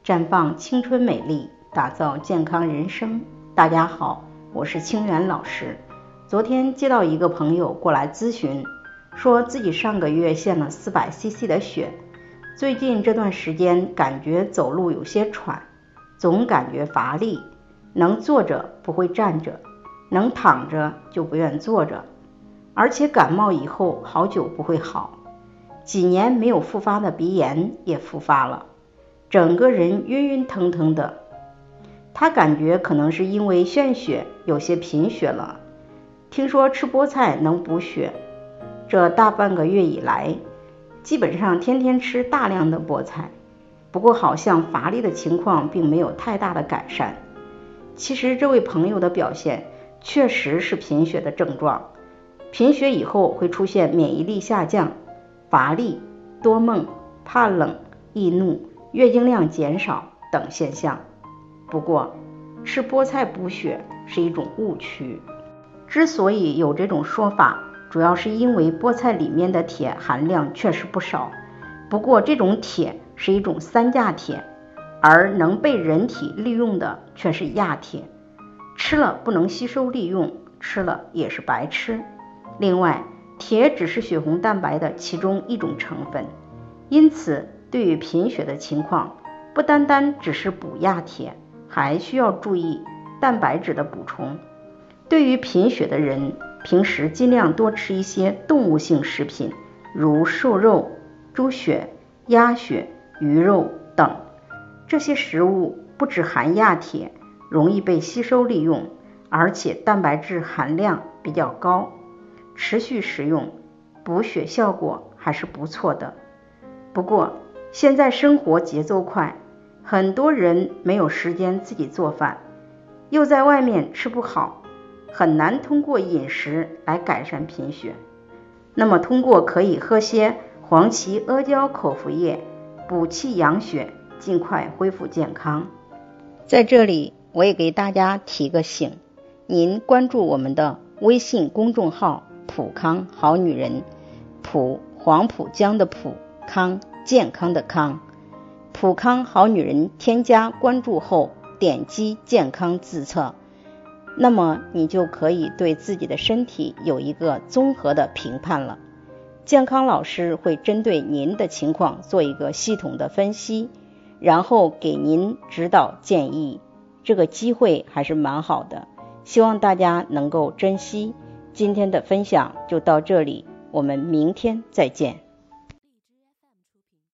绽放青春美丽，打造健康人生。大家好，我是清源老师。昨天接到一个朋友过来咨询，说自己上个月献了400cc 的血，最近这段时间感觉走路有些喘，总感觉乏力，能坐着不会站着，能躺着就不愿坐着，而且感冒以后好久不会好，几年没有复发的鼻炎也复发了，整个人晕晕腾腾的。他感觉可能是因为献血有些贫血了，听说吃菠菜能补血，这大半个月以来基本上天天吃大量的菠菜，不过好像乏力的情况并没有太大的改善。其实这位朋友的表现确实是贫血的症状，贫血以后会出现免疫力下降、乏力、多梦、怕冷、易怒、月经量减少等现象。不过吃菠菜补血是一种误区，之所以有这种说法，主要是因为菠菜里面的铁含量确实不少，不过这种铁是一种3价铁，而能被人体利用的却是亚铁，吃了不能吸收利用，吃了也是白吃。另外，铁只是血红蛋白的其中一种成分，因此对于贫血的情况，不单单只是补亚铁，还需要注意蛋白质的补充。对于贫血的人，平时尽量多吃一些动物性食品，如瘦肉、猪血、鸭血、鱼肉等。这些食物不只含亚铁，容易被吸收利用，而且蛋白质含量比较高，持续食用，补血效果还是不错的。不过现在生活节奏快，很多人没有时间自己做饭，又在外面吃不好，很难通过饮食来改善贫血。那么通过可以喝些黄芪阿胶口服液，补气养血，尽快恢复健康。在这里我也给大家提个醒，您关注我们的微信公众号普康好女人，普黄浦江的普，康健康的康，普康好女人添加关注后点击健康自测，那么你就可以对自己的身体有一个综合的评判了。健康老师会针对您的情况做一个系统的分析，然后给您指导建议，这个机会还是蛮好的，希望大家能够珍惜。今天的分享就到这里，我们明天再见。